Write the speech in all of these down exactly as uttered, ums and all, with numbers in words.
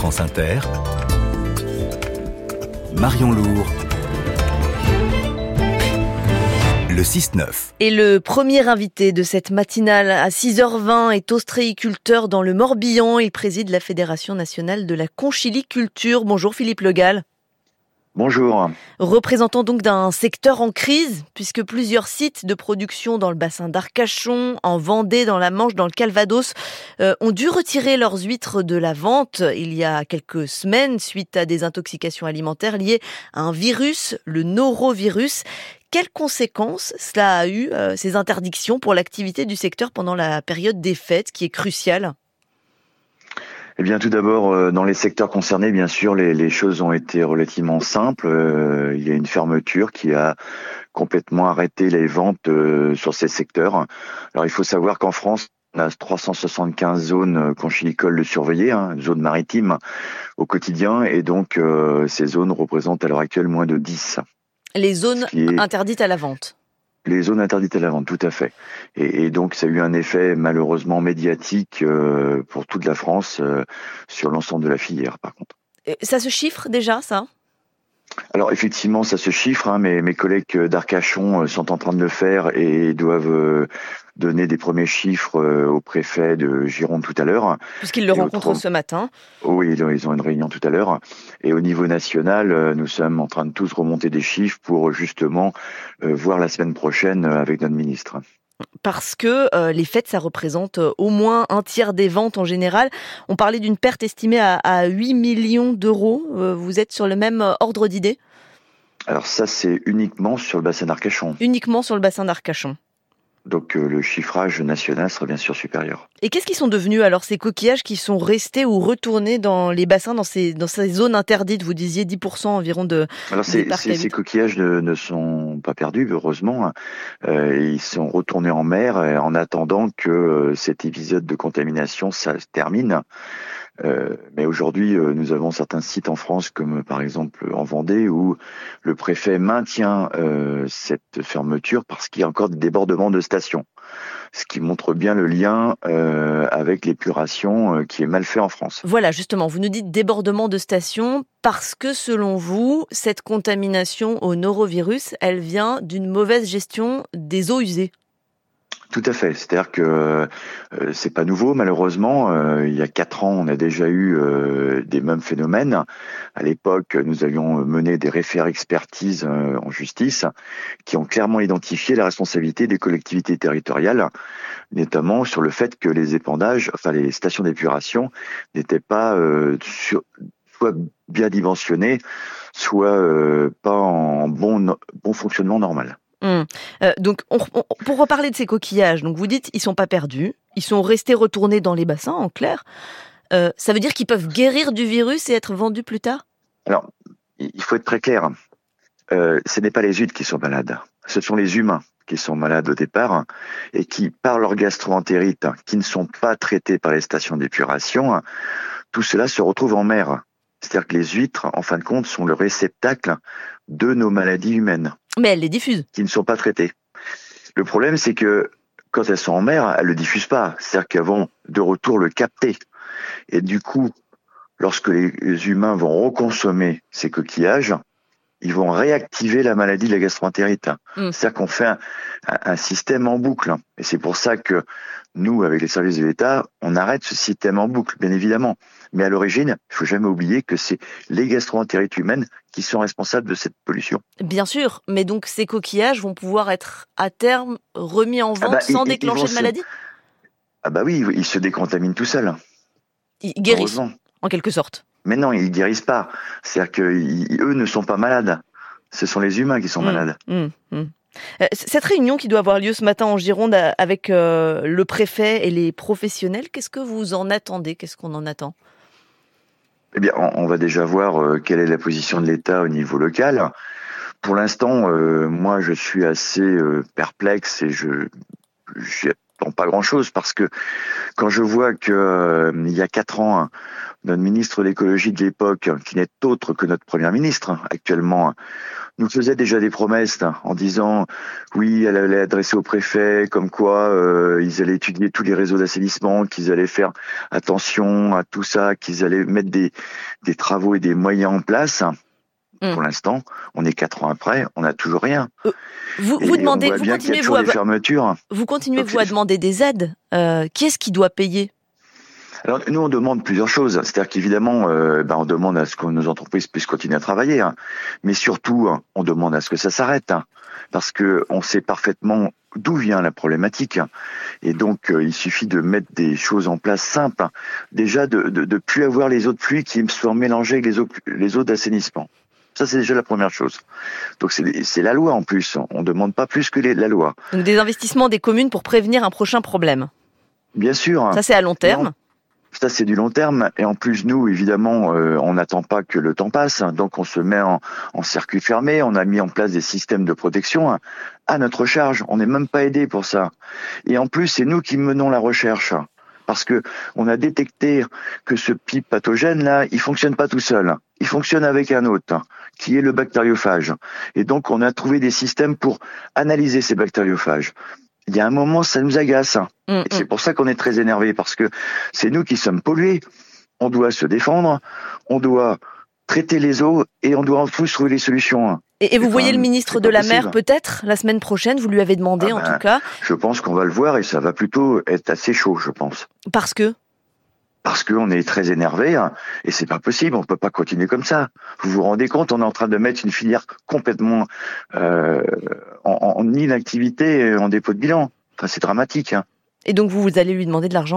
France Inter, Marion Lourd, le six neuf. Et le premier invité de cette matinale à six heures vingt est ostréiculteur dans le Morbihan. Il préside la Fédération nationale de la conchiliculture. Bonjour Philippe Le Gall. Bonjour. Représentant donc d'un secteur en crise, puisque plusieurs sites de production dans le bassin d'Arcachon, en Vendée, dans la Manche, dans le Calvados, euh, ont dû retirer leurs huîtres de la vente il y a quelques semaines suite à des intoxications alimentaires liées à un virus, le norovirus. Quelles conséquences cela a eu, euh, ces interdictions, pour l'activité du secteur pendant la période des fêtes, qui est cruciale ? Eh bien, tout d'abord, euh, dans les secteurs concernés, bien sûr, les, les choses ont été relativement simples. Euh, il y a une fermeture qui a complètement arrêté les ventes euh, sur ces secteurs. Alors, il faut savoir qu'en France, on a trois cent soixante-quinze zones conchilicoles de surveillées, hein, zones maritimes au quotidien, et donc euh, ces zones représentent à l'heure actuelle moins de dix. Les zones est... interdites à la vente. Les zones interdites à la vente, tout à fait. Et, et donc, ça a eu un effet malheureusement médiatique euh, pour toute la France euh, sur l'ensemble de la filière, par contre. Et ça se chiffre déjà, ça ? Alors, effectivement, ça se chiffre. Hein, mes, mes collègues d'Arcachon sont en train de le faire et doivent euh, donner des premiers chiffres euh, au préfet de Gironde tout à l'heure. Puisqu'ils le et rencontrent autre... ce matin. Oui, ils ont une réunion tout à l'heure. Et au niveau national, euh, nous sommes en train de tous remonter des chiffres pour justement euh, voir la semaine prochaine euh, avec notre ministre. Parce que euh, les fêtes, ça représente euh, au moins un tiers des ventes en général. On parlait d'une perte estimée à, à huit millions d'euros. Euh, vous êtes sur le même euh, ordre d'idée ? Alors ça, c'est uniquement sur le bassin d'Arcachon. Uniquement sur le bassin d'Arcachon. Donc euh, le chiffrage national sera bien sûr supérieur. Et qu'est-ce qui sont devenus alors ces coquillages qui sont restés ou retournés dans les bassins, dans ces, dans ces zones interdites ? Vous disiez dix pour cent environ de... Alors ces, ces, ces coquillages ne, ne sont pas perdus, heureusement. Euh, ils sont retournés en mer en attendant que cet épisode de contamination ça se termine. Euh, mais aujourd'hui, euh, nous avons certains sites en France, comme par exemple en Vendée, où le préfet maintient euh, cette fermeture parce qu'il y a encore des débordements de stations. Ce qui montre bien le lien euh, avec l'épuration euh, qui est mal fait en France. Voilà, justement, vous nous dites débordement de stations parce que, selon vous, cette contamination au norovirus, elle vient d'une mauvaise gestion des eaux usées. Tout à fait. C'est-à-dire que euh, c'est pas nouveau, malheureusement. Euh, il y a quatre ans, on a déjà eu euh, des mêmes phénomènes. À l'époque, nous avions mené des référés-expertises euh, en justice qui ont clairement identifié la responsabilité des collectivités territoriales, notamment sur le fait que les épandages, enfin les stations d'épuration, n'étaient pas euh, sur, soit bien dimensionnées, soit euh, pas en bon, bon fonctionnement normal. Hum. Euh, donc, on, on, pour reparler de ces coquillages, donc vous dites ils sont pas perdus, ils sont restés retournés dans les bassins, en clair. Euh, ça veut dire qu'ils peuvent guérir du virus et être vendus plus tard ? Alors, il faut être très clair. Euh, ce n'est pas les huîtres qui sont malades, ce sont les humains qui sont malades au départ et qui, par leur gastro-entérite, qui ne sont pas traités par les stations d'épuration, tout cela se retrouve en mer. C'est-à-dire que les huîtres, en fin de compte, sont le réceptacle de nos maladies humaines. Mais elles les diffusent. Qui ne sont pas traitées. Le problème, c'est que quand elles sont en mer, elles ne le diffusent pas. C'est-à-dire qu'elles vont de retour le capter. Et du coup, lorsque les humains vont reconsommer ces coquillages, ils vont réactiver la maladie de la gastro-entérite. Mmh. C'est-à-dire qu'on fait un, un système en boucle. Et c'est pour ça que nous, avec les services de l'État, on arrête ce système en boucle, bien évidemment. Mais à l'origine, il ne faut jamais oublier que c'est les gastro-entérites humaines qui sont responsables de cette pollution. Bien sûr, mais donc ces coquillages vont pouvoir être à terme remis en vente ah bah, sans ils, déclencher ils de maladie ? Ah bah oui, ils se décontaminent tout seuls. Ils guérissent, en quelque sorte. Mais non, ils ne guérissent pas. C'est-à-dire qu'eux ne sont pas malades. Ce sont les humains qui sont mmh, malades. Mmh, mmh. Cette réunion qui doit avoir lieu ce matin en Gironde avec euh, le préfet et les professionnels, qu'est-ce que vous en attendez ? Qu'est-ce qu'on en attend ? Eh bien, on va déjà voir euh, quelle est la position de l'État au niveau local. Pour l'instant, euh, moi, je suis assez euh, perplexe et je j'attends pas grand-chose parce que quand je vois que euh, il y a quatre ans, notre ministre de l'écologie de l'époque, qui n'est autre que notre première ministre actuellement, nous faisait déjà des promesses en disant oui, elle allait adresser au préfet comme quoi euh, ils allaient étudier tous les réseaux d'assainissement, qu'ils allaient faire attention à tout ça, qu'ils allaient mettre des, des travaux et des moyens en place. Mmh. Pour l'instant, on est quatre ans après, on n'a toujours rien. Euh, vous, vous demandez, vous continuez vous à, fermetures. vous continuez vous à demander des aides. Euh, qui est-ce qui doit payer ? Alors nous on demande plusieurs choses, c'est-à-dire qu'évidemment euh, ben, on demande à ce que nos entreprises puissent continuer à travailler, hein. Mais surtout on demande à ce que ça s'arrête, hein, parce que on sait parfaitement d'où vient la problématique, et donc euh, il suffit de mettre des choses en place simples, déjà de de, de plus avoir les eaux de pluie qui soient mélangées avec les eaux les eaux d'assainissement. Ça, c'est déjà la première chose. Donc, c'est, c'est la loi en plus. On ne demande pas plus que les, la loi. Donc, des investissements des communes pour prévenir un prochain problème. Bien sûr. Ça, c'est à long terme. Non, ça, c'est du long terme. Et en plus, nous, évidemment, euh, on n'attend pas que le temps passe. Donc, on se met en, en circuit fermé. On a mis en place des systèmes de protection à notre charge. On n'est même pas aidé pour ça. Et en plus, c'est nous qui menons la recherche. Parce que on a détecté que ce pipe pathogène-là, il fonctionne pas tout seul. Il fonctionne avec un autre, qui est le bactériophage. Et donc, on a trouvé des systèmes pour analyser ces bactériophages. Il y a un moment, ça nous agace. Mmh, et c'est pour ça qu'on est très énervé, parce que c'est nous qui sommes pollués. On doit se défendre, on doit traiter les eaux et on doit en plus trouver les solutions. Et, et vous voyez le ministre de la Mer peut-être la semaine prochaine, vous lui avez demandé ah ben, en tout cas. Je pense qu'on va le voir et ça va plutôt être assez chaud, je pense. Parce que Parce qu'on est très énervé hein, et c'est pas possible, on peut pas continuer comme ça. Vous vous rendez compte, on est en train de mettre une filière complètement euh, en, en inactivité, en dépôt de bilan. Enfin, c'est dramatique. Hein. Et donc vous, vous allez lui demander de l'argent ?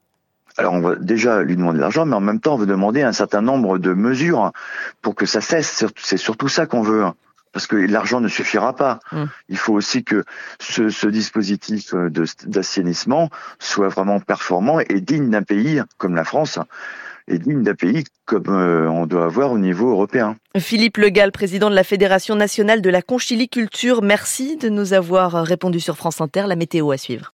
Alors on va déjà lui demander de l'argent, mais en même temps on veut demander un certain nombre de mesures pour que ça cesse. C'est surtout ça qu'on veut. Parce que l'argent ne suffira pas. Mmh. Il faut aussi que ce, ce dispositif de, d'assainissement soit vraiment performant et digne d'un pays comme la France et digne d'un pays comme euh, on doit avoir au niveau européen. Philippe Le Gall, président de la Fédération nationale de la conchyliculture, merci de nous avoir répondu sur France Inter. La météo à suivre.